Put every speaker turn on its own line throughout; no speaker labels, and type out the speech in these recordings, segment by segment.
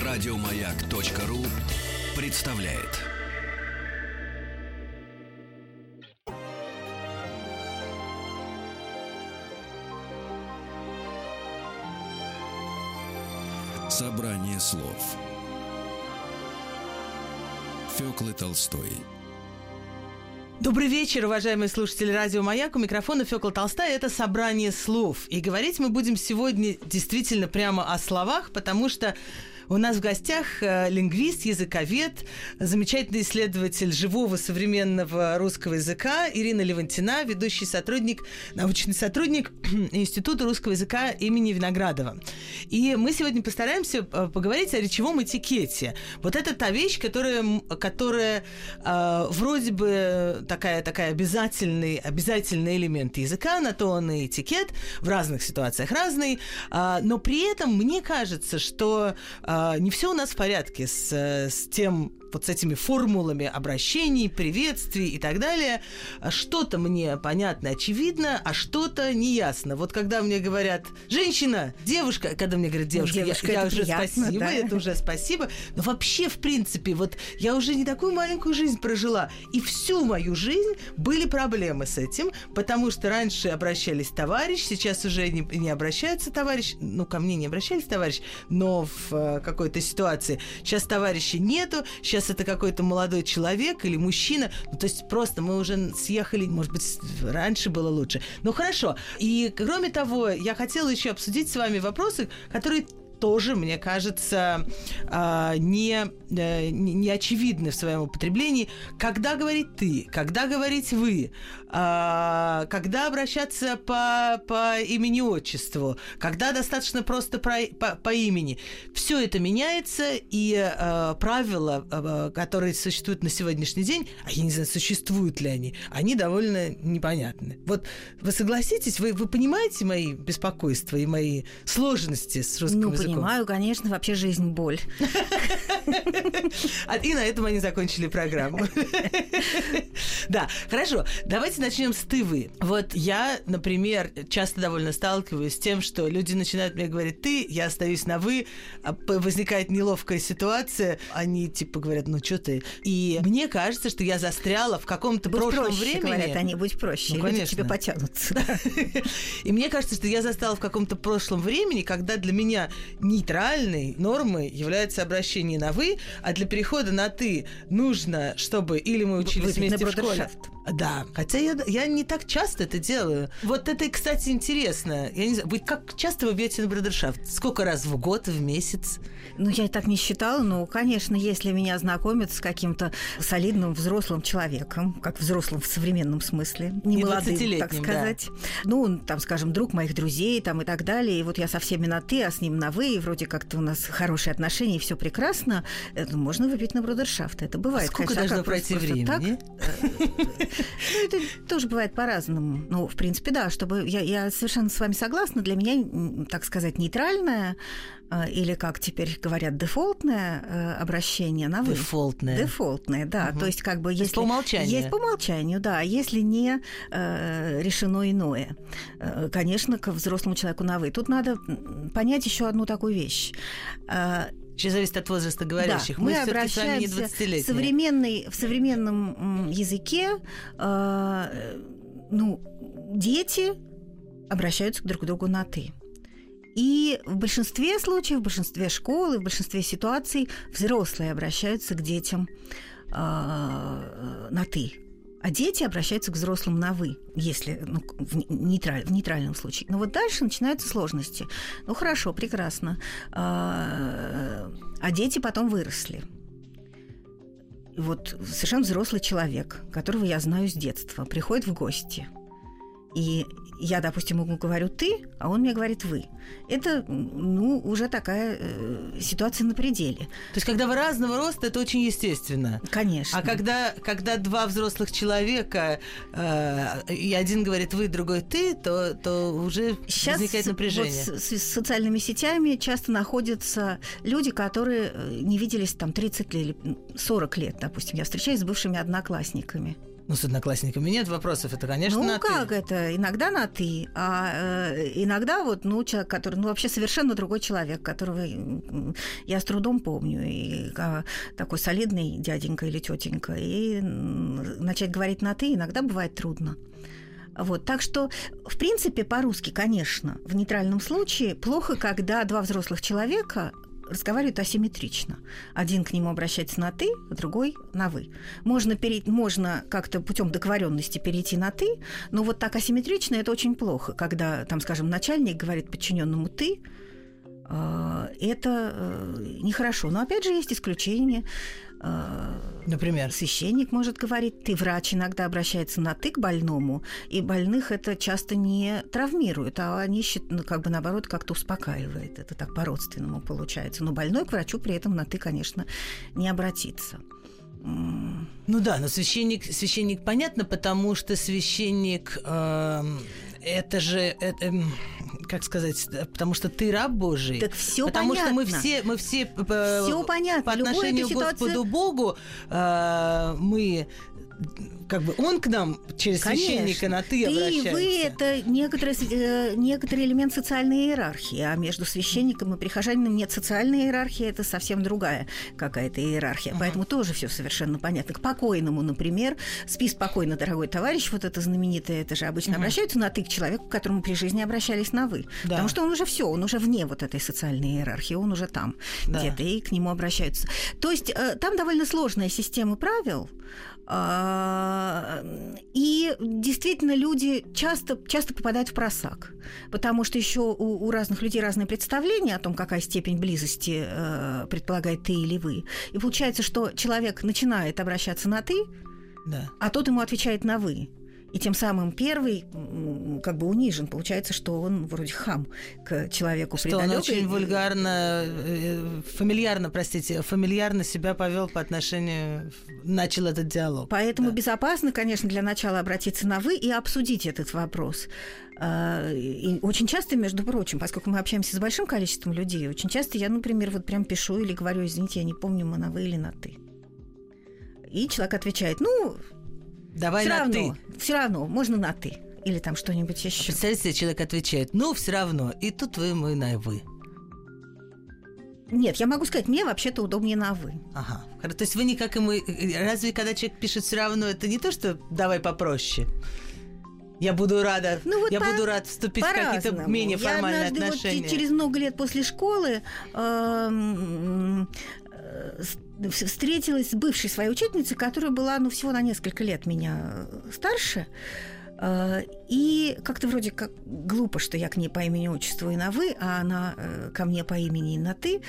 Радиомаяк.ру представляет. Собрание слов Фёклы Толстой.
Добрый вечер, уважаемые слушатели Радио Маяк. У микрофона Фёкла Толстая. Это «Собрание слов». И говорить мы будем сегодня действительно прямо о словах, потому что у нас в гостях лингвист, языковед, замечательный исследователь живого современного русского языка Ирина Левантина, ведущий сотрудник, научный сотрудник Института русского языка имени Виноградова. И мы сегодня постараемся поговорить о речевом этикете. Вот это та вещь, которая вроде бы такая обязательный элемент языка, на то он и этикет, в разных ситуациях разный, но при этом мне кажется, что не все у нас в порядке с этими формулами обращений, приветствий и так далее. Что-то мне понятно, очевидно, а что-то неясно. Вот когда мне говорят «женщина», «девушка», когда мне говорят «девушка», я уже приятно, спасибо, да? Это уже спасибо. Но вообще, в принципе, вот я уже не такую маленькую жизнь прожила, и всю мою жизнь были проблемы с этим, потому что раньше обращались товарищ, сейчас уже не обращаются товарищ, ко мне не обращались товарищ, но в какой-то ситуации. Сейчас товарища нету, сейчас это какой-то молодой человек или мужчина. То есть просто мы уже съехали, может быть, раньше было лучше. Ну, хорошо. И, кроме того, я хотела еще обсудить с вами вопросы, которые тоже, мне кажется, не очевидны в своем употреблении. Когда говорить «ты», когда говорить «вы», когда обращаться по имени-отчеству, когда достаточно просто по имени. Все это меняется, и правила, которые существуют на сегодняшний день, а я не знаю, существуют ли они довольно непонятны. Вот вы согласитесь, вы понимаете мои беспокойства и мои сложности с русским языком?
Понимаю, конечно, вообще жизнь – боль.
И на этом они закончили программу. Да, хорошо. Давайте начнем с «ты-вы». Вот я, например, часто довольно сталкиваюсь с тем, что люди начинают мне говорить «ты», я остаюсь на «вы», возникает неловкая ситуация, они типа говорят «ну что ты?». И мне кажется, что я застряла в каком-то прошлом времени.
Говорят они, будь проще, люди к тебе потянутся.
И мне кажется, что я застряла в каком-то прошлом времени, когда для меня нейтральной нормой является обращение на «вы», а для перехода на «ты» нужно, чтобы или мы учились вместе в школе. Да, хотя я не так часто это делаю. Вот это, кстати, интересно. Я не знаю, вы как часто вы бьете на брудершафт? Сколько раз в год, в месяц?
Я так не считала, но, конечно, если меня знакомят с каким-то солидным взрослым человеком, как взрослым в современном смысле, не молодым, так сказать. Да. Скажем, друг моих друзей и так далее. И вот я со всеми на «ты», а с ним на «вы», и вроде как-то у нас хорошие отношения, и все прекрасно. Это можно выпить на брудершафт. Это бывает.
Сколько должно пройти времени?
Это тоже бывает по-разному. В принципе, да, чтобы... Я совершенно с вами согласна. Для меня, так сказать, нейтральное или, как теперь говорят, дефолтное обращение на «вы». Дефолтное, да.
Угу.
То есть, если...
Есть по умолчанию.
Есть по умолчанию, да. Если не решено иное. Конечно, к взрослому человеку на «вы». Тут надо понять еще одну такую вещь.
Еще зависит от возраста говорящих.
Да, мы обращаемся
с вами не 20-летние.
В современном языке дети обращаются друг к другу на «ты». И в большинстве случаев, в большинстве школ и в большинстве ситуаций взрослые обращаются к детям на «ты». А дети обращаются к взрослым на «вы», если в нейтральном случае. Но вот дальше начинаются сложности. Хорошо, прекрасно. А дети потом выросли. И вот совершенно взрослый человек, которого я знаю с детства, приходит в гости. И я, допустим, ему говорю «ты», а он мне говорит «вы». Это, уже такая ситуация на пределе.
То есть, когда вы разного роста, это очень естественно.
Конечно.
А когда два взрослых человека, и один говорит «вы», другой «ты», то уже возникает напряжение.
Вот с социальными сетями часто находятся люди, которые не виделись 30 или 40 лет, допустим. Я встречаюсь с бывшими одноклассниками.
Ну, с одноклассниками нет вопросов, это, конечно, на «ты».
Ну, как это? Иногда на «ты», а иногда вот, человек, который, вообще совершенно другой человек, которого я с трудом помню, и такой солидный дяденька или тетенька, и начать говорить на «ты» иногда бывает трудно. Вот, так что, в принципе, по-русски, конечно, в нейтральном случае плохо, когда два взрослых человека разговаривают асимметрично. Один к нему обращается на «ты», а другой на «вы». Можно как-то путем договоренности перейти на «ты», но вот так асимметрично это очень плохо, когда, там, скажем, начальник говорит подчиненному «ты», это нехорошо. Но опять же есть исключения.
Например?
Священник может говорить «ты», врач иногда обращается на «ты» к больному, и больных это часто не травмирует, а они, наоборот, как-то успокаивает. Это так по-родственному получается. Но больной к врачу при этом на «ты», конечно, не обратится.
Ну да, но священник понятно, потому что священник это же, как сказать, потому что ты раб Божий.
Так все
потому
понятно.
Потому что мы все
понятно.
По отношению к Господу Богу мы... он к нам через священника на «ты» обращается.
Ты и вы – это некоторый элемент социальной иерархии, а между священником и прихожанином нет социальной иерархии, это совсем другая какая-то иерархия. Поэтому тоже все совершенно понятно. К покойному, например, «спи спокойно, дорогой товарищ», вот это знаменитое, это же обычно обращаются на «ты» к человеку, к которому при жизни обращались на «вы». Да. Потому что он уже вне вот этой социальной иерархии, он уже там где-то, и к нему обращаются. То есть там довольно сложная система правил, и действительно люди часто попадают в просак, потому что еще у разных людей разные представления о том, какая степень близости предполагает «ты» или «вы». И получается, что человек начинает обращаться на «ты», а тот ему отвечает на «вы». И тем самым первый унижен. Получается, что он вроде хам к человеку придалёк.
Что он очень фамильярно себя повел по отношению... Начал этот диалог.
Поэтому безопасно, конечно, для начала обратиться на «вы» и обсудить этот вопрос. И очень часто, между прочим, поскольку мы общаемся с большим количеством людей, очень часто я, например, вот прям пишу или говорю: извините, я не помню, мы на «вы» или на «ты». И человек отвечает:
давай на «ты».
Все равно, можно на «ты». Или там что-нибудь еще.
Представляете, человек отвечает: все равно. И тут мы на «вы».
Нет, я могу сказать, мне вообще-то удобнее на «вы».
Ага. То есть вы никак и мы... Разве когда человек пишет «все равно», это не то, что «давай попроще»? Я буду рада, буду рад вступить в какие-то менее формальные отношения.
Вот через много лет после школы встретилась с бывшей своей учительницей, которая была, всего на несколько лет меня старше. И как-то вроде как глупо, что я к ней по имени-отчеству и на «вы», а она ко мне по имени и на «ты».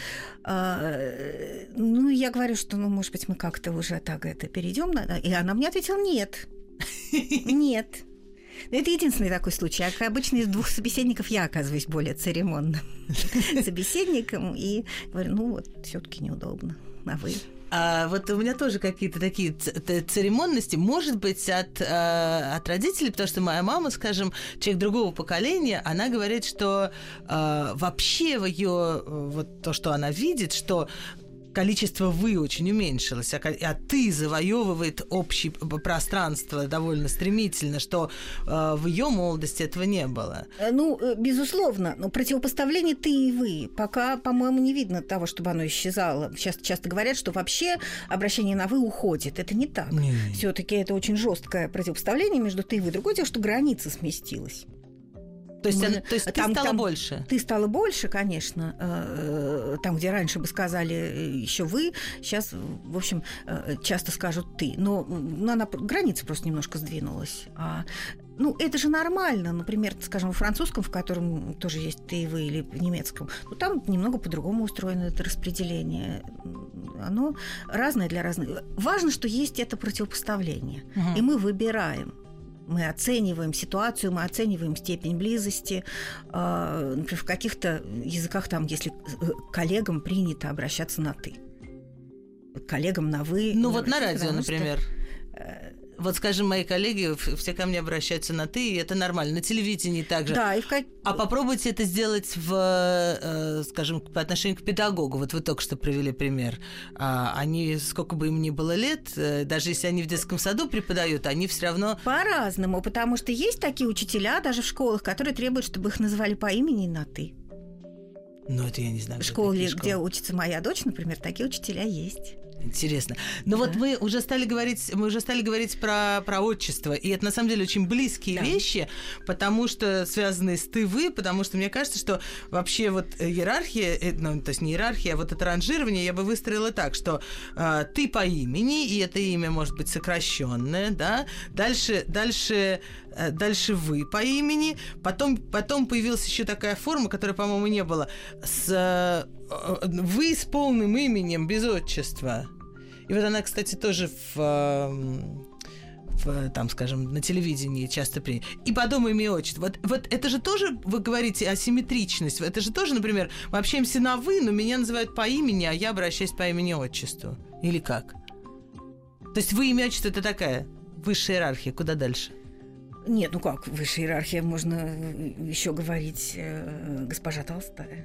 Я говорю, что, может быть, мы как-то уже так перейдем. И она мне ответила: нет. Нет. Это единственный такой случай. А обычно из двух собеседников я оказываюсь более церемонным собеседником. И говорю: все-таки неудобно на «вы».
А вот у меня тоже какие-то такие церемонности, может быть, от родителей, потому что моя мама, скажем, человек другого поколения, она говорит, что вообще в ее то, что она видит, что количество «вы» очень уменьшилось, а «ты» завоевывает общее пространство довольно стремительно, что в ее молодости этого не было.
Безусловно, но противопоставление «ты» и «вы» пока, по-моему, не видно того, чтобы оно исчезало. Сейчас часто говорят, что вообще обращение на «вы» уходит. Это не так. Все-таки это очень жесткое противопоставление между «ты» и «вы». Другое дело, что граница сместилась.
То есть ты стала больше?
Ты стала больше, конечно. Там, где раньше бы сказали еще «вы», сейчас, в общем, часто скажут «ты». Но граница просто немножко сдвинулась. Это же нормально. Например, скажем, во французском, в котором тоже есть «ты» и «вы», или в немецком, там немного по-другому устроено это распределение. Оно разное для разных. Важно, что есть это противопоставление. И мы выбираем. Мы оцениваем ситуацию, мы оцениваем степень близости. Например, в каких-то языках, если коллегам принято обращаться на «ты». Коллегам на «вы».
На радио, например. Вот, скажем, мои коллеги все ко мне обращаются на «ты», и это нормально. На телевидении также.
Да,
А попробуйте это сделать скажем, по отношению к педагогу. Вот вы только что привели пример. Они, сколько бы им ни было лет, даже если они в детском саду преподают, они все равно...
По-разному, потому что есть такие учителя даже в школах, которые требуют, чтобы их называли по имени и на «ты».
Ну, это я не знаю.
В школе, где учится моя дочь, например, такие учителя есть.
Интересно. Но вот мы уже стали говорить про отчество, и это на самом деле очень близкие вещи, потому что связанные с «ты-вы», потому что мне кажется, что вообще вот иерархия, то есть не иерархия, а вот это ранжирование я бы выстроила так, что ты по имени, и это имя может быть сокращенное, да, дальше вы по имени, потом появилась еще такая форма, которой, по-моему, не было, вы с полным именем без отчества. И вот она, кстати, тоже там, скажем, на телевидении часто принята. И потом имя и отчество. Вот это же тоже, вы говорите, асимметричность. Это же тоже, например, мы общаемся на «вы», но меня называют по имени, а я обращаюсь по имени-отчеству. Или как? То есть вы, имя, отчество — это такая высшая иерархия. Куда дальше?
Нет, ну как высшая иерархия? Можно еще говорить госпожа Толстая.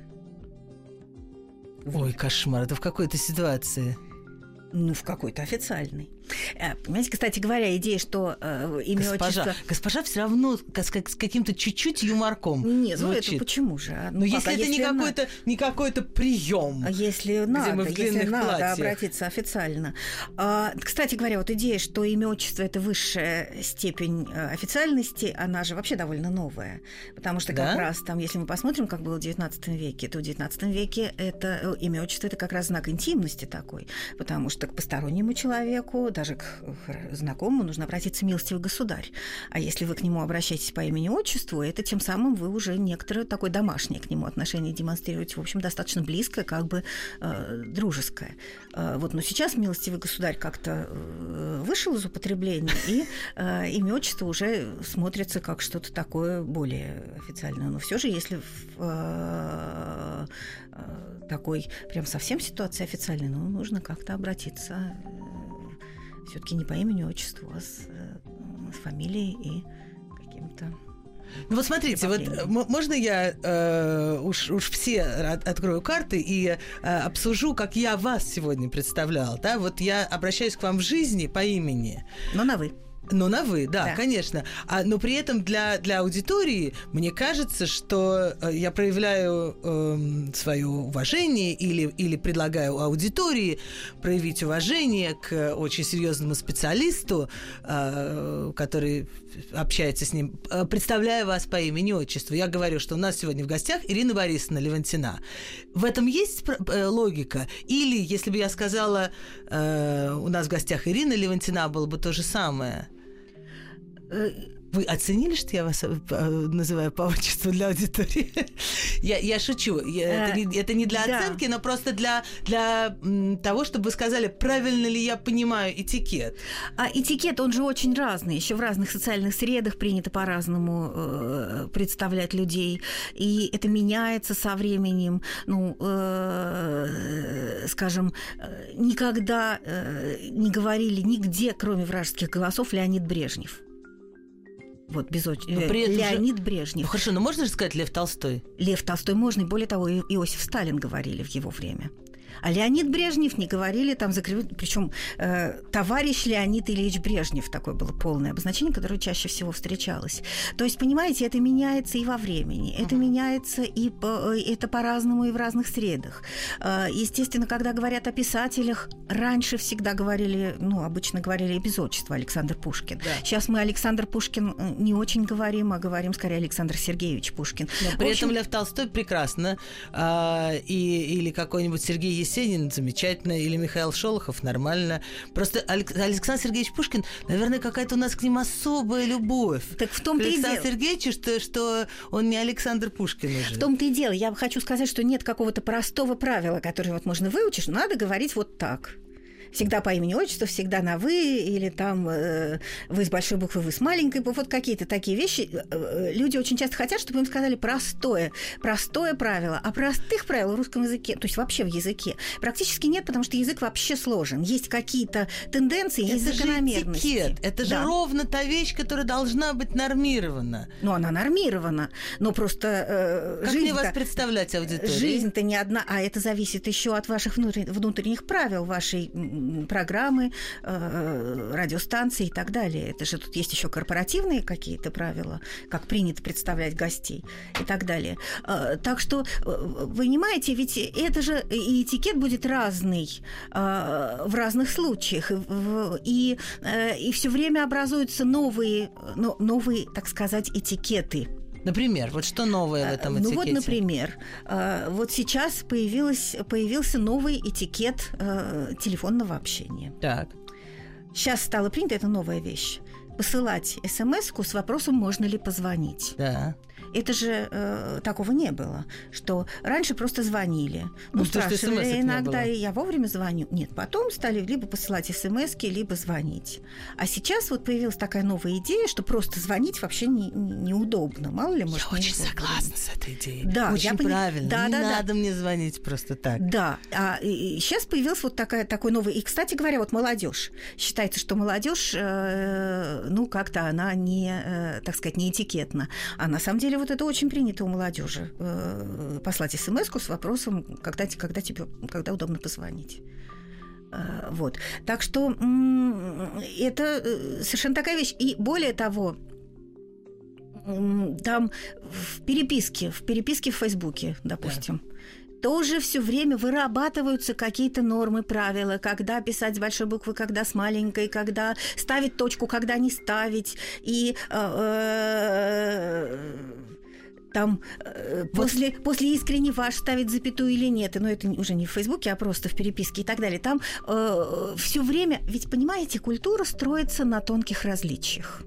Ой, кошмар. Это в какой-то ситуации?
Ну, в какой-то официальной. Понимаете, кстати говоря, идея, что имя отчество...
Госпожа все равно с каким-то чуть-чуть юморком.
Нет, ну это почему же?
Но если это не какой-то прием,
если надо обратиться официально. Кстати говоря, вот идея, что имя отчество — это высшая степень официальности, она же вообще довольно новая. Потому что как раз там, если мы посмотрим, как было в XIX веке, то в XIX веке это имя отчество — это как раз знак интимности такой. Потому что к постороннему человеку, даже к знакомому, нужно обратиться «милостивый государь». А если вы к нему обращаетесь по имени-отчеству, это тем самым вы уже некоторое такое домашнее к нему отношение демонстрируете, в общем, достаточно близкое, как бы дружеское. Вот, но сейчас «милостивый государь» как-то вышел из употребления, и имя-отчество уже смотрится как что-то такое более официальное. Но все же, если в такой прям совсем ситуации официальной, ну, нужно как-то обратиться все-таки не по имени, отчеству, а с фамилией и каким-то...
Ну вот смотрите, вот можно я уж все открою карты и обсужу, как я вас сегодня представлял, да? Вот я обращаюсь к вам в жизни по имени.
Но на «вы».
Ну, на «вы», да, конечно. Но при этом для аудитории мне кажется, что я проявляю свое уважение или предлагаю аудитории проявить уважение к очень серьезному специалисту, который общается с ним, представляя вас по имени-отчеству. Я говорю, что у нас сегодня в гостях Ирина Борисовна Левантина. В этом есть логика? Или, если бы я сказала, у нас в гостях Ирина Левантина, было бы то же самое? Вы оценили, что я вас называю по отчеству для аудитории? Я шучу. Это не для оценки, но просто для того, чтобы вы сказали, правильно ли я понимаю этикет.
А этикет, он же очень разный. Еще в разных социальных средах принято по-разному представлять людей. И это меняется со временем. Ну, скажем, никогда не говорили нигде, кроме вражеских голосов, Леонид Брежнев. Вот, Леонид Брежнев.
Ну, хорошо, но можно же сказать Лев Толстой?
Лев Толстой можно, и более того, Иосиф Сталин говорили в его время. А Леонид Брежнев не говорили, там причем товарищ Леонид Ильич Брежнев, такое было полное обозначение, которое чаще всего встречалось. То есть, понимаете, это меняется и во времени, это меняется и это по-разному и в разных средах. Естественно, когда говорят о писателях, раньше всегда говорили, ну, обычно говорили и без отчества, Александр Пушкин. Да. Сейчас мы Александр Пушкин не очень говорим, а говорим скорее Александр Сергеевич Пушкин.
Но при этом Лев Толстой прекрасно, или какой-нибудь Сергей Есенин замечательно, или Михаил Шолохов нормально. Просто Александр Сергеевич Пушкин, наверное, какая-то у нас к ним особая любовь.
Так в том-то и дело.
Александр Сергеевич, что он не Александр Пушкин уже.
В том-то и дело. Я хочу сказать, что нет какого-то простого правила, которое вот можно выучить, надо говорить вот так. Всегда по имени, отчеству, всегда на «вы», или там «вы» с большой буквы, «вы» с маленькой. Вот какие-то такие вещи. Люди очень часто хотят, чтобы им сказали простое правило. А простых правил в русском языке, то есть вообще в языке, практически нет, потому что язык вообще сложен. Есть какие-то тенденции, есть закономерности.
Это же этикет. Это же ровно та вещь, которая должна быть нормирована.
Ну, она нормирована. Но просто
как мне вас представлять аудитории?
Жизнь-то не одна, а это зависит еще от ваших внутренних правил, вашей программы, радиостанции и так далее. Это же тут есть еще корпоративные какие-то правила, как принято представлять гостей и так далее. Так что, понимаете, ведь это же и этикет будет разный в разных случаях. И все время образуются новые, так сказать, этикеты.
Например, вот что новое в этом этикете?
Ну вот, например, вот сейчас появился новый этикет телефонного общения.
Так.
Сейчас стало принято, это новая вещь, посылать смс-ку с вопросом, можно ли позвонить.
Да.
Это же такого не было, что раньше просто звонили. Спрашивали иногда, и я вовремя звоню. Нет, потом стали либо посылать смс-ки, либо звонить. А сейчас вот появилась такая новая идея, что просто звонить вообще неудобно. Мало ли, может,
я очень согласна с этой идеей.
Да,
очень правильно. Не надо мне звонить просто так.
Да. И сейчас появилась вот такой новый. И, кстати говоря, вот молодежь. Считается, что молодежь, как-то она не, так сказать, не этикетна. А на самом деле вот это очень принято у молодежи. Послать смс-ку с вопросом, когда удобно позвонить. Вот. Так что это совершенно такая вещь. И более того, там в переписке в Фейсбуке, допустим, тоже все время вырабатываются какие-то нормы, правила, когда писать с большой буквы, когда с маленькой, когда ставить точку, когда не ставить. И там после искренне ваш ставить запятую или нет. Но это уже не в Фейсбуке, а просто в переписке и так далее. Там все время... Ведь, понимаете, культура строится на тонких различиях.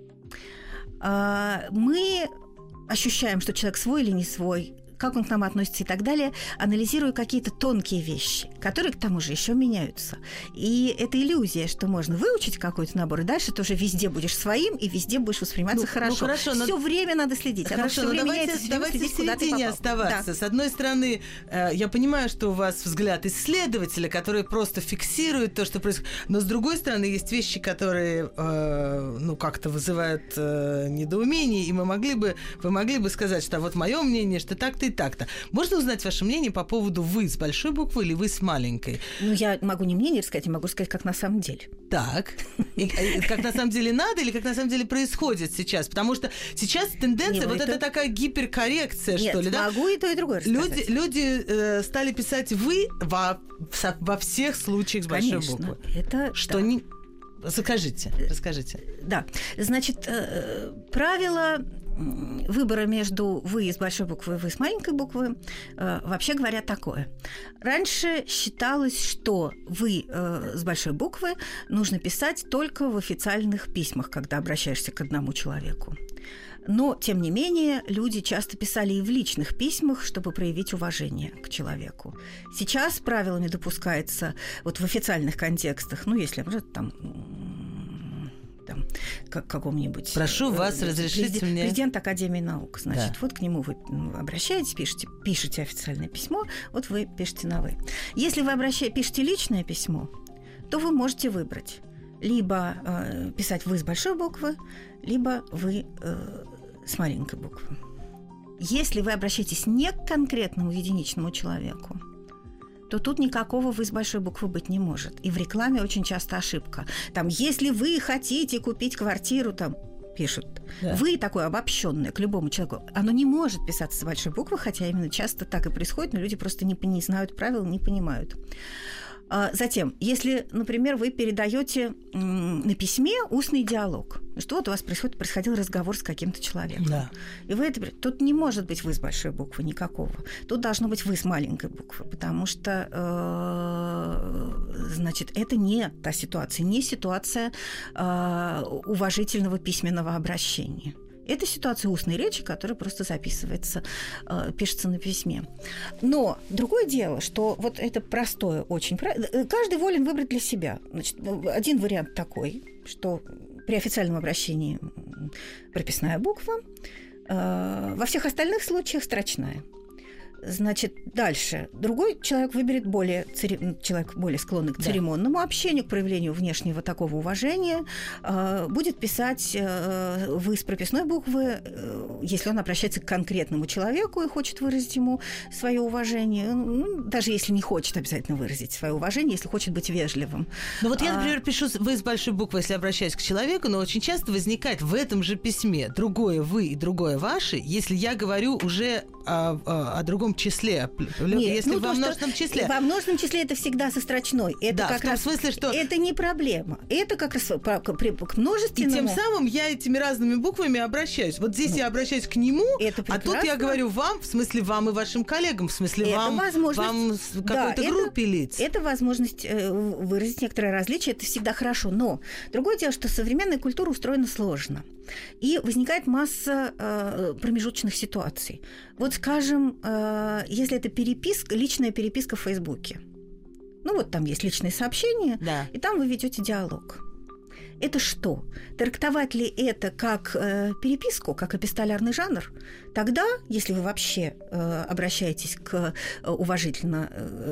Мы ощущаем, что человек свой или не свой, как он к нам относится и так далее, анализируя какие-то тонкие вещи, которые, к тому же, еще меняются. И это иллюзия, что можно выучить какой-то набор, и дальше ты уже везде будешь своим, и везде будешь восприниматься хорошо. Все время надо следить.
Хорошо, но давайте в середине оставаться. Да. С одной стороны, я понимаю, что у вас взгляд исследователя, который просто фиксирует то, что происходит. Но с другой стороны, есть вещи, которые как-то вызывают недоумение, и вы могли бы сказать, что вот мое мнение, что так-то и так-то. Можно узнать ваше мнение по поводу «вы» с большой буквы или «вы» с маленькой?
Я могу не мнение сказать, я могу сказать, как на самом деле.
Так. И как на самом деле надо или как на самом деле происходит сейчас? Потому что сейчас тенденция, это такая гиперкоррекция, что ли, да?
Могу и то, и другое рассказать.
Люди стали писать «вы» во всех случаях с большой буквы.
Это...
Что не... Расскажите.
Да. Значит, правило выбора между «вы» с большой буквы и «вы» с маленькой буквы, вообще говоря, такое. Раньше считалось, что «вы» с большой буквы нужно писать только в официальных письмах, когда обращаешься к одному человеку. Но, тем не менее, люди часто писали и в личных письмах, чтобы проявить уважение к человеку. Сейчас правилами допускается вот в официальных контекстах, если там какому-нибудь...
Прошу вас, разрешите мне...
Президент Академии наук. Значит, вот к нему вы обращаетесь, пишете официальное письмо, вот вы пишете на «вы». Если вы пишете личное письмо, то вы можете выбрать либо писать «вы» с большой буквы, либо «вы» с маленькой буквы. Если вы обращаетесь не к конкретному единичному человеку, то тут никакого «вы» с большой буквы быть не может. И в рекламе очень часто ошибка. Там, если вы хотите купить квартиру, там пишут. Да. «Вы» такое обобщенное к любому человеку. Оно не может писаться с большой буквы, хотя именно часто так и происходит, но люди просто не знают правил, не понимают. Затем, если, например, вы передаете на письме устный диалог, что вот у вас происходил разговор с каким-то человеком,
да.
И вы тут не может быть «вы» с большой буквы никакого. Тут должно быть «вы» с маленькой буквы, потому что, значит, это не та ситуация, не ситуация уважительного письменного обращения. Это ситуация устной речи, которая просто записывается, пишется на письме. Но другое дело, что вот это простое очень... Каждый волен выбрать для себя. Значит, один вариант такой, что при официальном обращении прописная буква, во всех остальных случаях строчная. Значит, дальше. Другой человек выберет человек более склонный к церемонному общению, к проявлению внешнего такого уважения, будет писать вы с прописной буквы, если он обращается к конкретному человеку и хочет выразить ему свое уважение, даже если не хочет обязательно выразить свое уважение, если хочет быть вежливым.
Ну вот я, например, пишу вы с большой буквы, если обращаюсь к человеку, но очень часто возникает в этом же письме другое вы и другое ваши, если я говорю уже о другом числе.
Нет,
если во множественном числе.
Во множественном числе это всегда со строчной. Это
да,
как
в том
раз
смысле, что...
Это не проблема. Это как раз к множественному...
И тем самым я этими разными буквами обращаюсь. Вот здесь я обращаюсь к нему, а тут я говорю вам, в смысле вам и вашим коллегам, в смысле вам какой-то группе лиц.
Это возможность выразить некоторое различие, это всегда хорошо. Но другое дело, что современная культура устроена сложно. И возникает масса промежуточных ситуаций. Вот, скажем, если это личная переписка в Фейсбуке. Ну, вот там есть личные сообщения, да. И там вы ведете диалог. Это что? Трактовать ли это как переписку, как эпистолярный жанр? Тогда, если вы вообще обращаетесь уважительно,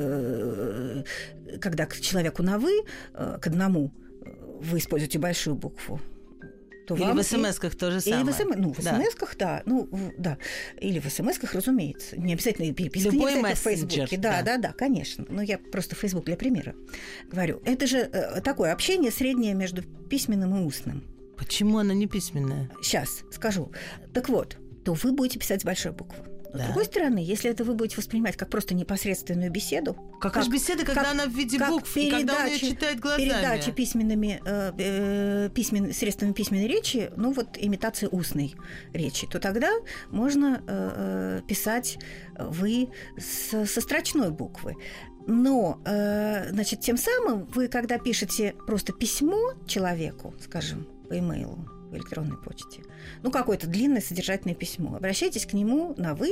когда к человеку на «вы», к одному, вы используете большую букву,
или в смс-ках то же самое.
Или в смс-ках, да. Да. Или в смс-ках, разумеется. Не обязательно переписка.
Любой
не
мессенджер.
В Фейсбуке. Да, конечно. Но я просто Фейсбук для примера говорю. Это же такое общение среднее между письменным и устным.
Почему оно не письменное?
Сейчас скажу. Так вот, то вы будете писать с большой буквы. С другой стороны, если это вы будете воспринимать как просто непосредственную беседу...
Как беседа, когда она в виде букв, и когда он ее читает глазами.
Передача средствами письменной речи, имитация устной речи, то тогда можно писать вы со строчной буквы. Но, тем самым вы, когда пишете просто письмо человеку, скажем, по имейлу, в электронной почте, какое-то длинное содержательное письмо, обращайтесь к нему на «вы»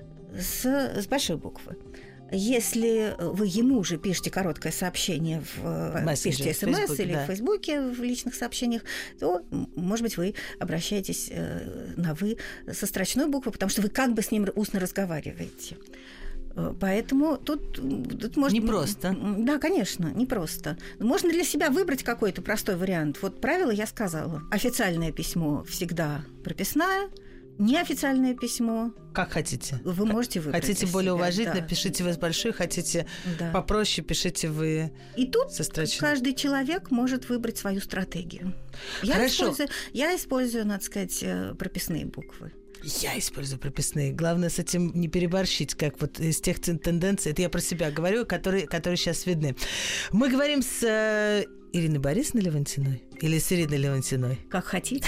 с большой буквы. Если вы ему уже пишете короткое сообщение, пишете СМС или в Фейсбуке в личных сообщениях, то, может быть, вы обращаетесь на «вы» со строчной буквы, потому что вы как бы с ним устно разговариваете. Поэтому тут можно...
Непросто.
Да, конечно, непросто. Можно для себя выбрать какой-то простой вариант. Вот правило я сказала. Официальное письмо всегда прописная, неофициальное письмо...
Как хотите.
Вы можете выбрать.
Хотите более уважительно, пишите вы с большой, хотите попроще, пишите вы
и тут
со строчной.
Каждый человек может выбрать свою стратегию. Я использую, надо сказать, прописные буквы.
Я использую прописные. Главное с этим не переборщить, как вот из тех тенденций, это я про себя говорю, которые сейчас видны. Мы говорим с Ириной Борисовной Левантиной или с Ириной Левантиной?
Как хотите.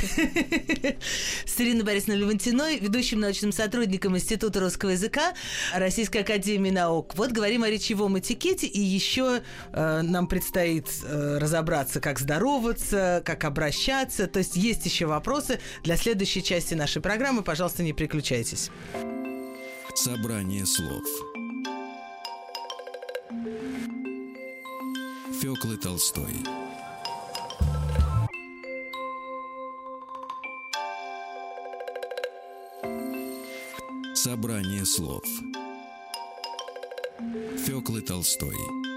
С Ириной Борисовной Левантиной, ведущим научным сотрудником Института русского языка Российской академии наук. Вот говорим о речевом этикете, и еще нам предстоит разобраться, как здороваться, как обращаться. То есть есть еще вопросы для следующей части нашей программы. Пожалуйста, не переключайтесь.
Собрание слов Фёклы Толстой. Собрание слов Фёклы Толстой.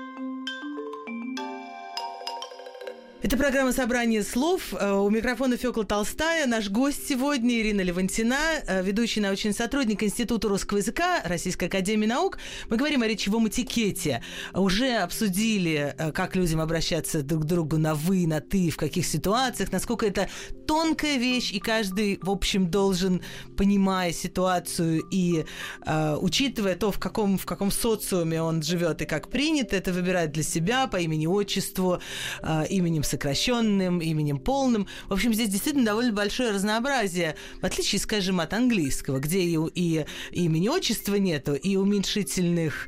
Это программа «Собрание слов». У микрофона Фёкла Толстая. Наш гость сегодня Ирина Левантина, ведущий научный сотрудник Института русского языка Российской академии наук. Мы говорим о речевом этикете. Уже обсудили, как людям обращаться друг к другу на «вы», на «ты», в каких ситуациях, насколько это тонкая вещь, и каждый, в общем, должен, понимая ситуацию и учитывая то, в каком социуме он живет и как принято, это выбирать для себя по имени-отчеству, именем, сокращенным, именем полным. В общем, здесь действительно довольно большое разнообразие, в отличие, скажем, от английского, где и имени, отчества нету, и уменьшительных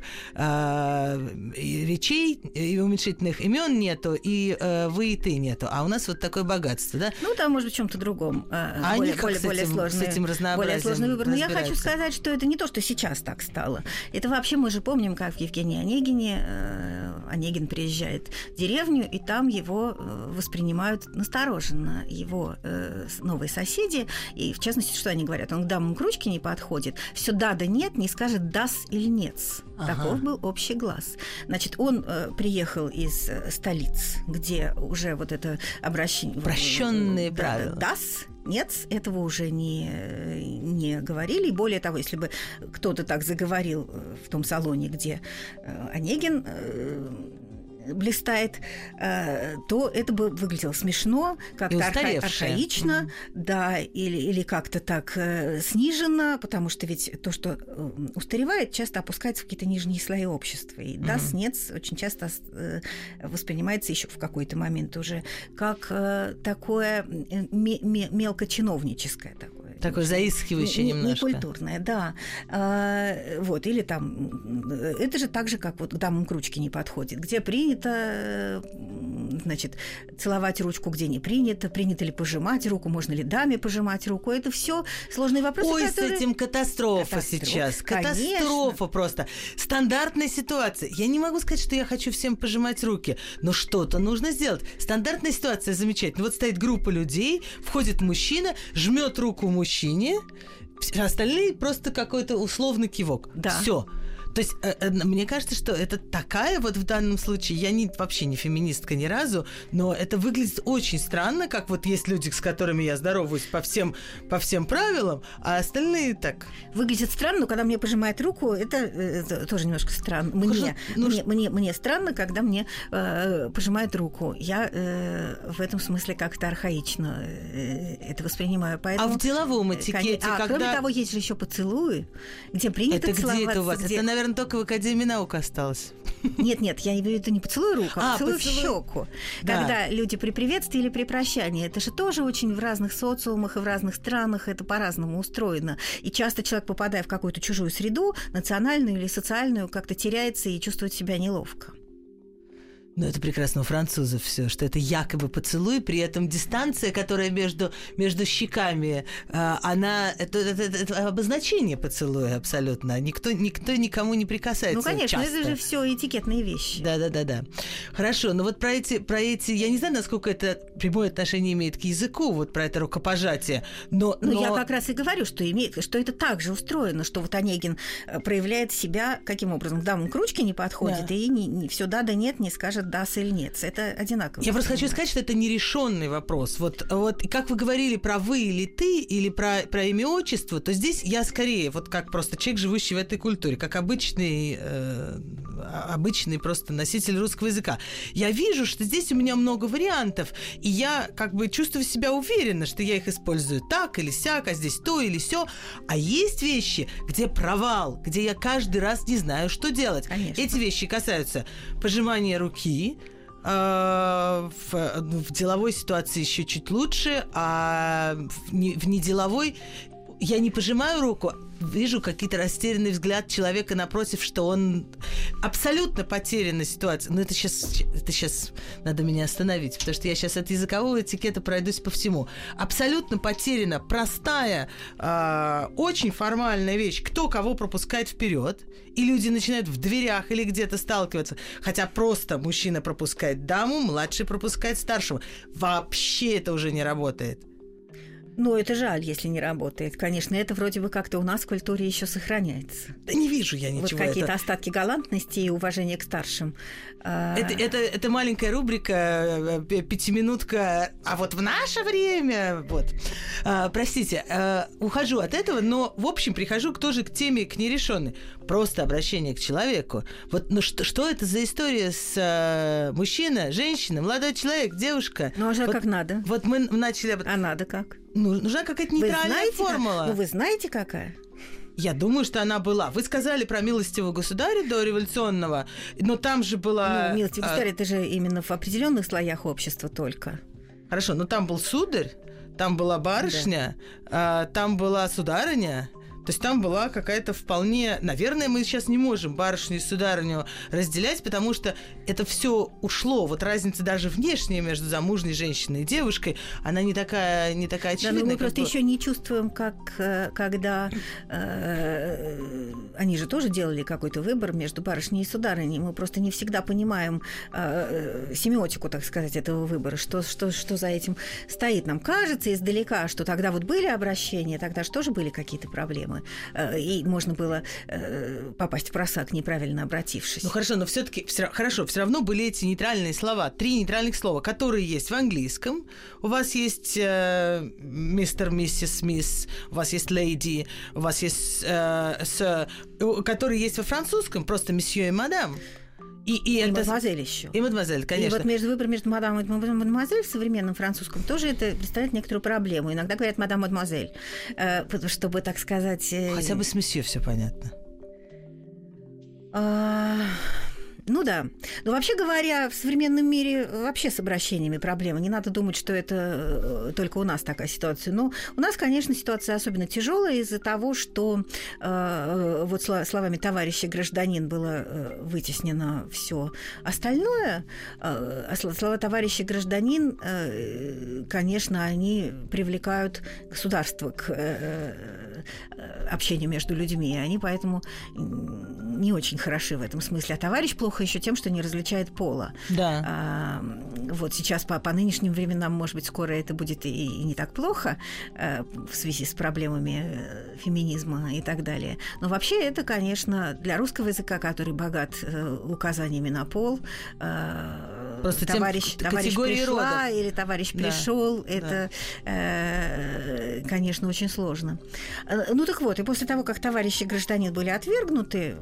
речей, и уменьшительных имен нету, и вы, и ты нету. А у нас вот такое богатство, да?
Ну, там, может быть, в чем-то другом. Более сложный,
с этим разнообразием
более сложный выбор. Но я хочу сказать, что это не то, что сейчас так стало. Это вообще мы же помним, как в Евгении Онегине Онегин приезжает в деревню, и там его воспринимают настороженно. Его новые соседи, и в частности, что они говорят? Он к дамам к ручке не подходит, все да нет, не скажет дас или нет. Таков был общий глаз. Значит, он приехал из столиц, где уже вот это обращение...
Упрощенные правила.
Дас, нет, этого уже не говорили. И более того, если бы кто-то так заговорил в том салоне, где Онегин блистает, то это бы выглядело смешно, как-то архаично, да, или как-то так сниженно, потому что ведь то, что устаревает, часто опускается в какие-то нижние слои общества. И дас, нет, очень часто воспринимается еще в какой-то момент уже как такое мелкочиновническое такое.
Такое заискивающее немножко.
Некультурное, да. Вот, или там... Это же так же, как вот к дамам к ручке не подходит. Где принято, значит, целовать ручку, где не принято, принято ли пожимать руку, можно ли даме пожимать руку. Это все сложные вопросы,
Ой,
которые...
с этим катастрофа сейчас. Катастрофа просто. Стандартная ситуация. Я не могу сказать, что я хочу всем пожимать руки, но что-то нужно сделать. Стандартная ситуация замечательная. Вот стоит группа людей, входит мужчина, жмет руку мужчине, остальные просто какой-то условный кивок.
Да.
Все. То есть мне кажется, что это такая вот в данном случае, я вообще не феминистка ни разу, но это выглядит очень странно, как вот есть люди, с которыми я здороваюсь по всем правилам, а остальные так.
Выглядит странно, но когда мне пожимает руку, это тоже немножко странно. Мне странно, когда мне пожимает руку. Я в этом смысле как-то архаично это воспринимаю. Поэтому,
а в деловом этикете, когда...
Кроме того, есть же еще поцелуи, где принято целоваться.
Где это у вас? Это, наверное, только в Академии наук осталось.
Нет, я имею в виду не поцелуй руку, а поцелуй в щеку. Да. Когда люди при приветствии или при прощании. Это же тоже очень в разных социумах и в разных странах это по-разному устроено. И часто человек, попадая в какую-то чужую среду, национальную или социальную, как-то теряется и чувствует себя неловко.
Ну, это прекрасно у французов все, что это якобы поцелуй, при этом дистанция, которая между щеками, она это обозначение поцелуя абсолютно. Никто никому не прикасается.
Ну, конечно,
часто.
Это же все этикетные вещи.
Да. Хорошо, но вот про эти, я не знаю, насколько это прямое отношение имеет к языку, вот про это рукопожатие. Но
я как раз и говорю, что это так же устроено, что вот Онегин проявляет себя каким образом? К дамам к ручке не подходит, и не все да нет, не скажет да или нет. Это одинаково.
Я просто хочу сказать, что это нерешенный вопрос. Вот как вы говорили про вы или ты, или про имя отчество, то здесь я скорее, вот как просто человек, живущий в этой культуре, как обычный просто носитель русского языка. Я вижу, что здесь у меня много вариантов, и я как бы чувствую себя уверенно, что я их использую так или сяк, а здесь то или сё. А есть вещи, где провал, где я каждый раз не знаю, что делать.
Конечно.
Эти вещи касаются пожимания руки, в деловой ситуации еще чуть лучше, а в неделовой я не пожимаю руку, вижу какой-то растерянный взгляд человека напротив, что он абсолютно потерянной ситуации. Но это сейчас надо меня остановить, потому что я сейчас от языкового этикета пройдусь по всему. Абсолютно потеряна, простая, очень формальная вещь. Кто кого пропускает вперед, и люди начинают в дверях или где-то сталкиваться. Хотя просто мужчина пропускает даму, младший пропускает старшего. Вообще это уже не работает.
Ну, это жаль, если не работает. Конечно, это вроде бы как-то у нас в культуре еще сохраняется.
Да не вижу я ничего.
Вот какие-то остатки галантности и уважения к старшим.
Это маленькая рубрика, пятиминутка. А вот в наше время... Вот. Простите, ухожу от этого, но, в общем, прихожу тоже к теме, к нерешенной. Просто обращение к человеку. Вот, ну что это за история с мужчина, женщина, молодой человек, девушка?
Ну, а же как надо.
Вот мы начали...
А надо как?
Нужна какая-то нейтральная формула.
Вы знаете, какая?
Я думаю, что она была. Вы сказали про милостивого государя дореволюционного, но там же была...
Ну, милостивый государь, это же именно в определенных слоях общества только.
Хорошо, но там был сударь, там была барышня, там была сударыня. То есть там была какая-то вполне... Наверное, мы сейчас не можем барышню и сударыню разделять, потому что это все ушло. Вот разница даже внешняя между замужней женщиной и девушкой, она не такая очевидная.
Да, но мы просто еще не чувствуем, как когда... они же тоже делали какой-то выбор между барышней и сударыней. Мы просто не всегда понимаем семиотику, так сказать, этого выбора, что за этим стоит. Нам кажется издалека, что тогда вот были обращения, тогда же тоже были какие-то проблемы. И можно было попасть в просак, неправильно обратившись.
Ну хорошо, но все-таки все равно были эти нейтральные слова, 3 нейтральных слова, которые есть в английском. У вас есть мистер, миссис, мисс, у вас есть леди, у вас есть sir, которые есть во французском, просто месье и мадам. И это...
мадемуазель еще.
И мадемуазель, конечно.
И вот выбор между мадам и мадемуазель в современном французском тоже это представляет некоторую проблему. Иногда говорят мадам-мадемуазель, чтобы, так сказать...
Хотя бы с месье все понятно.
Ну да. Но вообще говоря, в современном мире вообще с обращениями проблемы. Не надо думать, что это только у нас такая ситуация. Но у нас, конечно, ситуация особенно тяжелая из-за того, что вот словами «товарища гражданин» было вытеснено все остальное. А слова «товарища гражданин», конечно, они привлекают государство к общению между людьми. И они поэтому не очень хороши в этом смысле. А товарищ плохо еще тем, что не различает пола.
Да.
Вот сейчас по нынешним временам, может быть, скоро это будет и не так плохо в связи с проблемами феминизма и так далее. Но вообще это, конечно, для русского языка, который богат указаниями на пол,
просто
товарищ пришла
родов.
Или товарищ пришел, это, конечно, очень сложно. Ну так вот, и после того, как товарищ и гражданин были отвергнуты,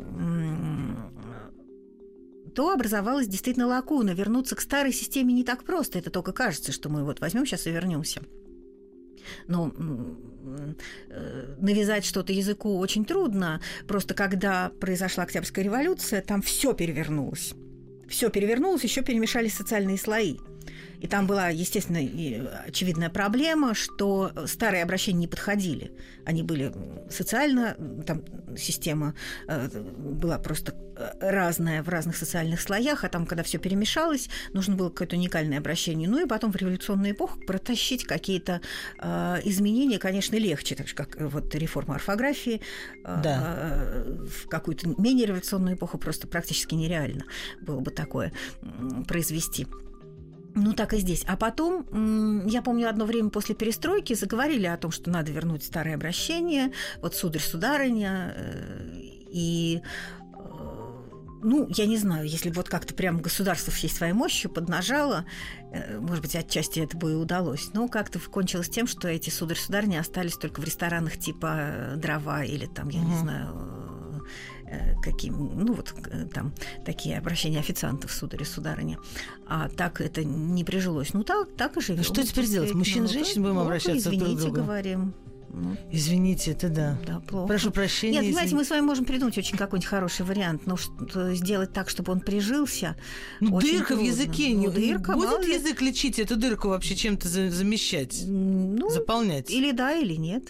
то образовалась действительно лакуна. Вернуться к старой системе не так просто. Это только кажется, что мы вот возьмем сейчас и вернемся. Но навязать что-то языку очень трудно. Просто когда произошла Октябрьская революция, там все перевернулось. Все перевернулось, еще перемешались социальные слои. И там была, естественно, очевидная проблема, что старые обращения не подходили. Они были социально, там система была просто разная в разных социальных слоях, а там, когда все перемешалось, нужно было какое-то уникальное обращение. Ну и потом в революционную эпоху протащить какие-то изменения, конечно, легче, так же, как вот реформа орфографии.
Да.
В какую-то менее революционную эпоху просто практически нереально было бы такое произвести. Ну, так и здесь. А потом, я помню, одно время после перестройки заговорили о том, что надо вернуть старое обращение, вот сударь, сударыня, и, ну, я не знаю, если бы вот как-то прям государство всей своей мощью поднажало, может быть, отчасти это бы и удалось, но как-то кончилось тем, что эти сударь, сударыни остались только в ресторанах типа «Дрова» или там, я не знаю... какие, ну вот там такие обращения официантов, сударь и сударыня. А так это не прижилось. Ну так и живем.
Ну что теперь делать? Мужчин и женщин будем обращаться друг к другу?
Говорим.
Ну, извините, это да.
Да, плохо.
Прошу прощения.
Нет, понимаете, мы с вами можем придумать очень какой-нибудь хороший вариант, но сделать так, чтобы он прижился.
Ну, дырка
трудно.
в языке.
Ну, дырка,
будет язык лечить эту дырку вообще чем-то замещать?
Ну,
заполнять?
Или да, или нет.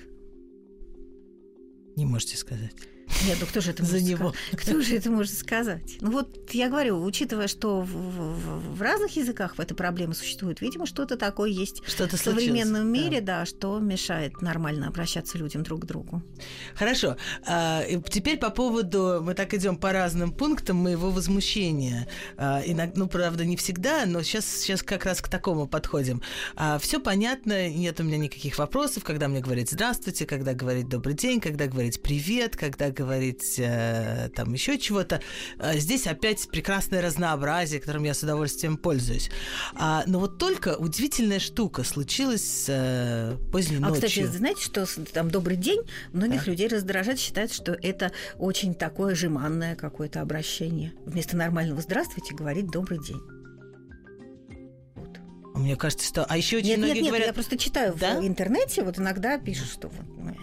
Не можете сказать.
Нет, ну кто же это может сказать? Кто же это может сказать? Ну вот я говорю, учитывая, что в разных языках эта проблема существует, видимо, что-то такое есть
что-то
в современном мире, да, что мешает нормально обращаться людям друг к другу.
Хорошо. Теперь по поводу, мы так идем по разным пунктам моего возмущения. Ну, правда, не всегда, но сейчас как раз к такому подходим. Все понятно, нет у меня никаких вопросов, когда мне говорить «здравствуйте», когда говорить «добрый день», когда говорить «привет», когда говорить там еще чего-то. Здесь опять прекрасное разнообразие, которым я с удовольствием пользуюсь. Но вот только удивительная штука случилась поздней ночью.
Кстати, знаете, что там «добрый день» многих людей раздражает, считают, что это очень такое жеманное какое-то обращение. Вместо нормального «здравствуйте» говорить «добрый день». Вот.
Мне кажется, что... А еще очень
многие
говорят...
я просто читаю в интернете, вот иногда пишут, что...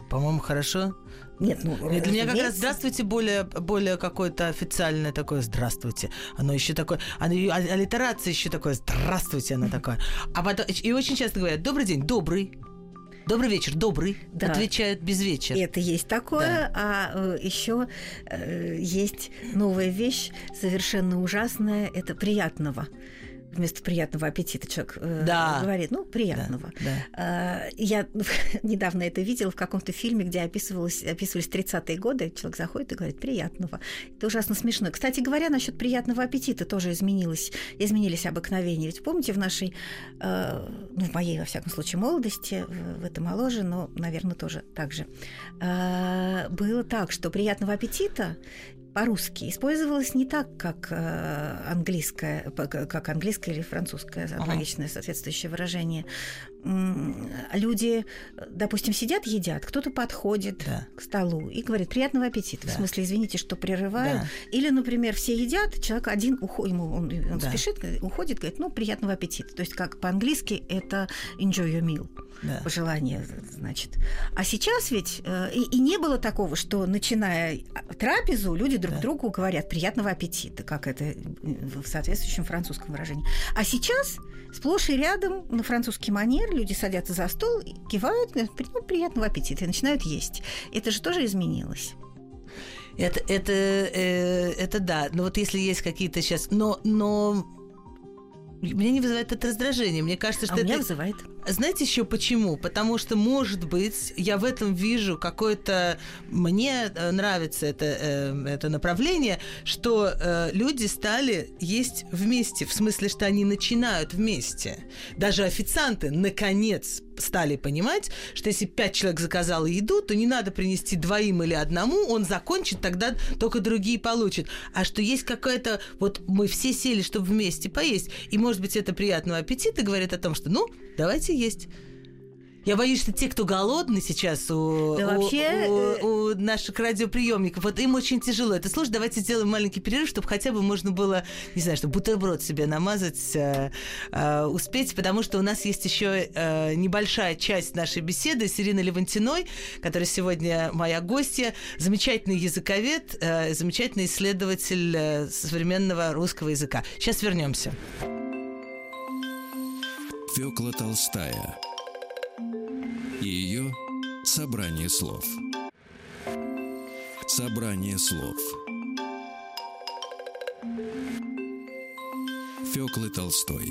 По-моему, хорошо.
Нет,
для меня как раз «здравствуйте» более какое-то официальное такое «здравствуйте». Оно еще такое... Аллитерация еще такое «здравствуйте», она такая. А потом... И очень часто говорят «добрый день», «добрый». Добрый вечер, добрый. Да. Отвечают без вечера.
Это есть такое, да. А еще есть новая вещь, совершенно ужасная, это приятного. Вместо приятного аппетита человек говорит, приятного. Да. Я недавно это видела в каком-то фильме, где описывались 30-е годы. Человек заходит и говорит приятного. Это ужасно смешно. Кстати говоря, насчет приятного аппетита тоже изменились обыкновения. Ведь помните, в нашей, в моей, во всяком случае, молодости, в это моложе, но, наверное, тоже так же, было так, что приятного аппетита по-русски использовалось не так, как английское или французское аналогичное соответствующее выражение. Люди, допустим, сидят, едят, кто-то подходит к столу и говорит «приятного аппетита». Да. В смысле, извините, что прерываю. Да. Или, например, все едят, человек один он спешит, уходит, говорит «приятного аппетита». То есть как по-английски это «enjoy your meal». Да. Пожелание, значит. А сейчас ведь и не было такого, что, начиная трапезу, люди друг другу говорят «приятного аппетита», как это в соответствующем французском выражении. А сейчас сплошь и рядом на французский манер люди садятся за стол, кивают, говорят «приятного аппетита» и начинают есть. Это же тоже изменилось.
Это да. Но вот если есть какие-то сейчас... Но меня не вызывает это раздражение. Мне кажется, что
меня вызывает.
Знаете еще почему? Потому что, может быть, я в этом вижу какое-то... Мне нравится это направление, что люди стали есть вместе. В смысле, что они начинают вместе. Даже официанты, наконец, стали понимать, что если 5 человек заказало еду, то не надо принести 2 или 1, он закончит, тогда только другие получат. А что есть какая-то... Вот мы все сели, чтобы вместе поесть. И, может быть, это приятного аппетита говорит о том, что, давайте есть. Я боюсь, что те, кто голодны сейчас у наших радиоприемников, вот им очень тяжело это слушать. Давайте сделаем маленький перерыв, чтобы хотя бы можно было, не знаю, чтобы бутерброд себе намазать, успеть, потому что у нас есть еще небольшая часть нашей беседы с Ириной Левантиной, которая сегодня моя гостья, замечательный языковед, замечательный исследователь современного русского языка. Сейчас вернемся.
Фёкла Толстая и ее собрание слов. Собрание слов. Фёклы Толстой.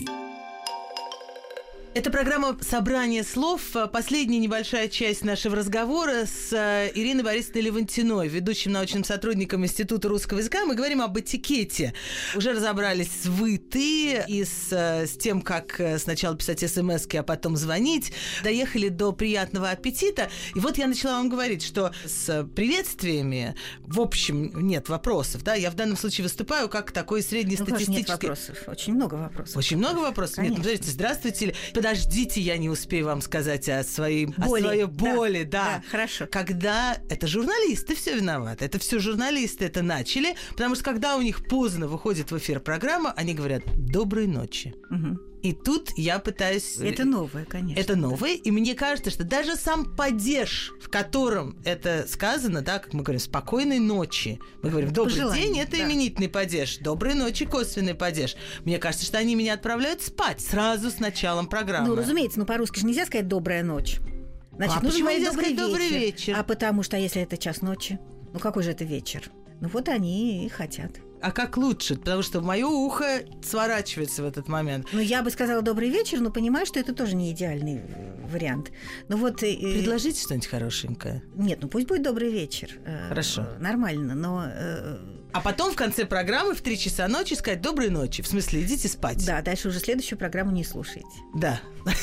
Это программа «Собрание слов». Последняя небольшая часть нашего разговора с Ириной Борисовной Левантиной, ведущим научным сотрудником Института русского языка. Мы говорим об этикете. Уже разобрались с «вы», «ты» и с тем, как сначала писать смски, а потом звонить. Доехали до приятного аппетита. И вот я начала вам говорить, что с приветствиями, в общем, нет вопросов. Да? Я в данном случае выступаю как такой среднестатистический...
нет вопросов. Очень много вопросов.
Очень много вопросов? Конечно. Нет, смотрите, здравствуйте. Подождите, я не успею вам сказать о своей боли. Да.
Хорошо.
Когда это журналисты все виноваты. Это все журналисты это начали, потому что когда у них поздно выходит в эфир программа, они говорят «доброй ночи». Угу. И тут я пытаюсь...
Это новое, конечно.
Это новое, и мне кажется, что даже сам падеж, в котором это сказано, да, как мы говорим, «спокойной ночи». Мы говорим «добрый день» — это именительный падеж, «доброй ночи» — косвенный падеж. Мне кажется, что они меня отправляют спать сразу с началом программы.
Разумеется, по-русски же нельзя сказать «добрая ночь». Значит, нужно говорить «добрый вечер». А потому что, если это час ночи, какой же это вечер? Вот они и хотят.
А как лучше? Потому что мое ухо сворачивается в этот момент.
Я бы сказала «добрый вечер», но понимаю, что это тоже не идеальный вариант.
Предложите что-нибудь хорошенькое.
Нет, пусть будет «добрый вечер».
Хорошо.
Нормально, но...
А потом в конце программы в 3 часа ночи сказать «доброй ночи». В смысле, идите спать.
Да, дальше уже следующую программу не слушайте.
Да.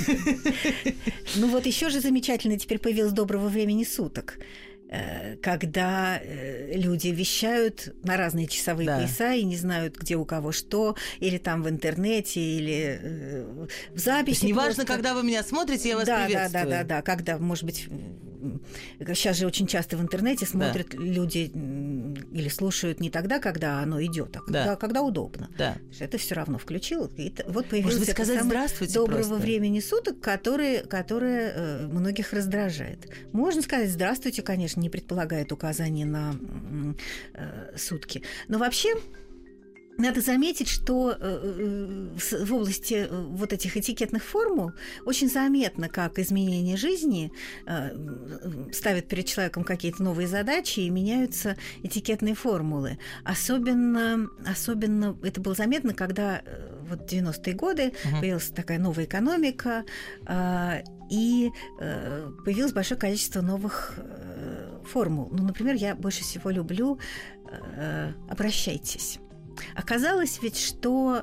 Еще же замечательно теперь появилось «доброго времени суток», когда люди вещают на разные часовые пояса и не знают, где у кого что, или там в интернете, или в записи. То
есть неважно, когда вы меня смотрите, я вас приветствую.
Да, когда, может быть, сейчас же очень часто в интернете смотрят люди или слушают не тогда, когда оно идет, а когда удобно.
Да.
Это все равно включил. И вот появилось
Может быть, сказать здравствуйте
доброго
просто.
времени суток, которое многих раздражает. Можно сказать здравствуйте, конечно, не предполагает указание на сутки. Но вообще надо заметить, что в области вот этих этикетных формул очень заметно, как изменение жизни ставит перед человеком какие-то новые задачи и меняются этикетные формулы. Особенно это было заметно, когда вот в 90-е годы появилась такая новая экономика, и появилось большое количество новых формул. Ну, например, я больше всего люблю «обращайтесь». Оказалось ведь, что,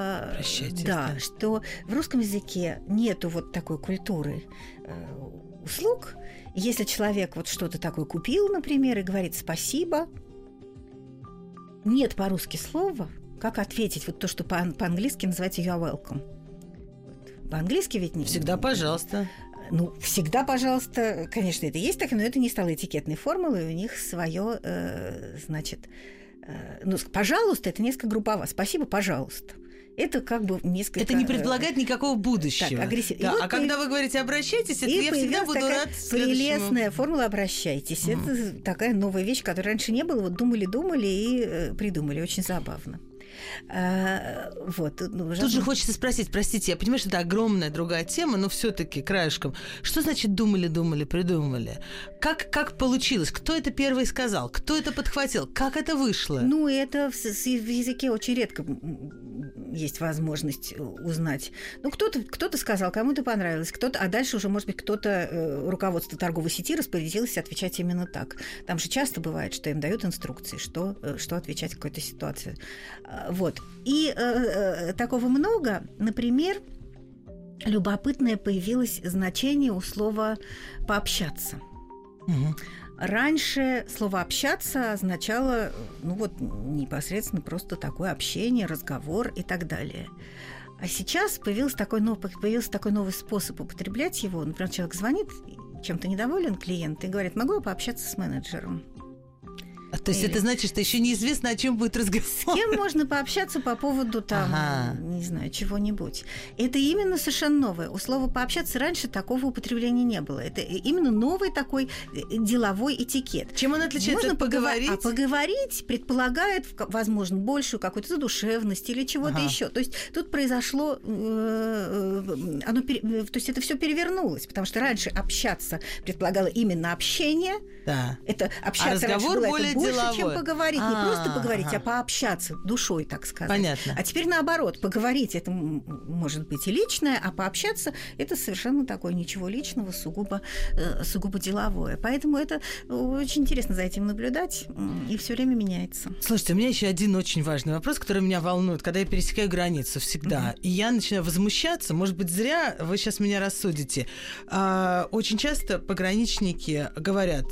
что в русском языке нету вот такой культуры услуг. Если человек вот что-то такое купил, например, и говорит «спасибо», нет по-русски слова, как ответить вот то, что по-английски называется «you are welcome». По-английски ведь не...
Всегда пожалуйста.
Ну, всегда, пожалуйста. Конечно, это есть так, но это не стало этикетной формулой, у них свое, значит... Ну, пожалуйста, это несколько группово. Спасибо, пожалуйста. Это как бы несколько...
Это не предполагает никакого будущего.
Так, агрессивно.
Да, вот когда вы говорите «обращайтесь», это я всегда буду рад следующему.
Прелестная формула «обращайтесь». Это такая новая вещь, которой раньше не было. Вот думали и придумали. Очень забавно. Вот.
Тут же хочется спросить, простите, я понимаю, что это огромная другая тема, но все-таки краешком. Что значит думали, придумали? Как получилось? Кто это первый сказал? Кто это подхватил? Как это вышло?
Ну, это в языке очень редко есть возможность узнать. Ну, кто-то сказал, кому-то понравилось, а дальше уже, может быть, руководство торговой сети распорядилось отвечать именно так. Там же часто бывает, что им дают инструкции, что отвечать в какой-то ситуации. Вот. И такого много. Например, любопытное появилось значение у слова «пообщаться».
Угу.
Раньше слово «общаться» означало, непосредственно просто такое общение, разговор и так далее. А сейчас появился такой новый способ употреблять его. Например, человек звонит, чем-то недоволен клиент, и говорит: «Могу я пообщаться с менеджером?»
То есть это значит, что еще неизвестно, о чем будет разговор.
С кем можно пообщаться по поводу не знаю, чего-нибудь. Это именно совершенно новое. У слова «пообщаться» раньше такого употребления не было. Это именно новый такой деловой этикет.
Чем он отличается от «поговорить»?
А поговорить предполагает, возможно, большую какую-то задушевность или чего-то еще. То есть тут произошло... То есть это все перевернулось, потому что раньше общаться предполагало именно общение.
Да.
Это общаться раньше было больше,
деловой.
Чем поговорить. Не просто поговорить, а пообщаться душой, так сказать.
Понятно.
А теперь наоборот. Поговорить — это может быть и личное, а пообщаться — это совершенно такое ничего личного, сугубо деловое. Поэтому это очень интересно за этим наблюдать, и все время меняется.
Слушайте, у меня еще один очень важный вопрос, который меня волнует, когда я пересекаю границу всегда. И я начинаю возмущаться, может быть, зря вы сейчас меня рассудите. Очень часто пограничники говорят: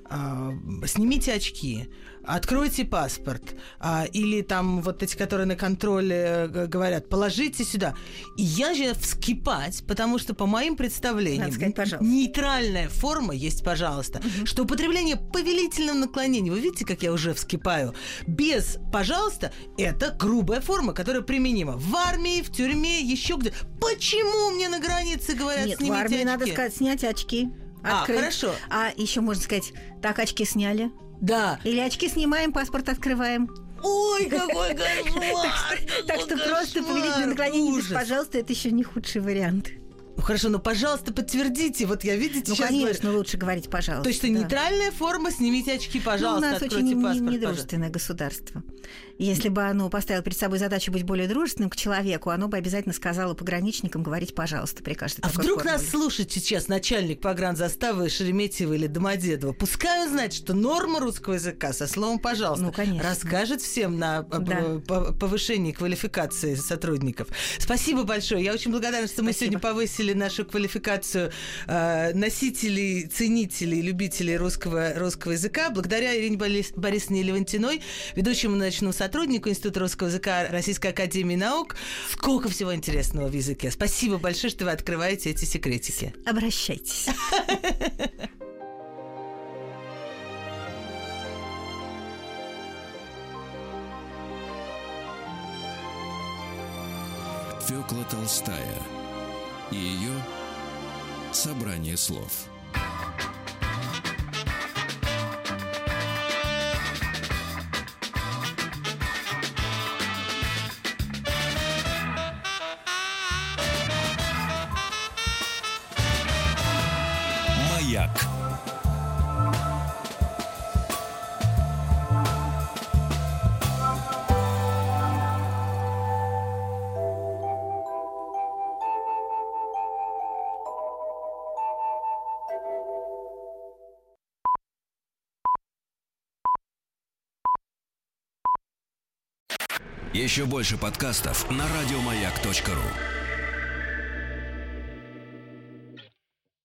снимите очки, откройте паспорт, или там вот эти, которые на контроле, говорят: положите сюда. И я же вскипать, потому что по моим представлениям нейтральная форма есть «пожалуйста», что употребление повелительного наклонения, вы видите, как я уже вскипаю, без «пожалуйста» — это грубая форма, которая применима в армии, в тюрьме, еще где. Почему мне на границе говорят:
нет,
снимите очки?
в армии надо сказать: снять очки. Открыть.
Хорошо.
А еще можно сказать: так, очки сняли.
Да.
Или очки снимаем, паспорт открываем.
Ой, какой кошмар!
Так что просто повелительное наклонение без «пожалуйста» — это еще не худший вариант.
Ну хорошо, но, пожалуйста, подтвердите. Вот я, видите, сейчас...
Ну, конечно, лучше говорить «пожалуйста».
То есть это нейтральная форма: снимите очки, пожалуйста, откройте паспорт.
У нас очень недружественное государство. Если бы оно поставило перед собой задачу быть более дружественным к человеку, оно бы обязательно сказало пограничникам говорить «пожалуйста» при каждой такой
вдруг
формуле.
Нас слушает сейчас начальник погранзаставы Шереметьево или Домодедово? Пускай он знает, что норма русского языка со словом «пожалуйста» расскажет всем на повышении квалификации сотрудников. Спасибо большое. Я очень благодарна, что мы сегодня повысили нашу квалификацию носителей, ценителей, любителей русского языка. Благодаря Ирине Борисовне Левантиной, ведущему научному сотруднику Института русского языка Российской академии наук. Сколько всего интересного в языке. Спасибо большое, что вы открываете эти секретики.
Обращайтесь.
Фёкла Толстая и ее собрание слов.
Маяк. Еще больше подкастов на радиомаяк.ру.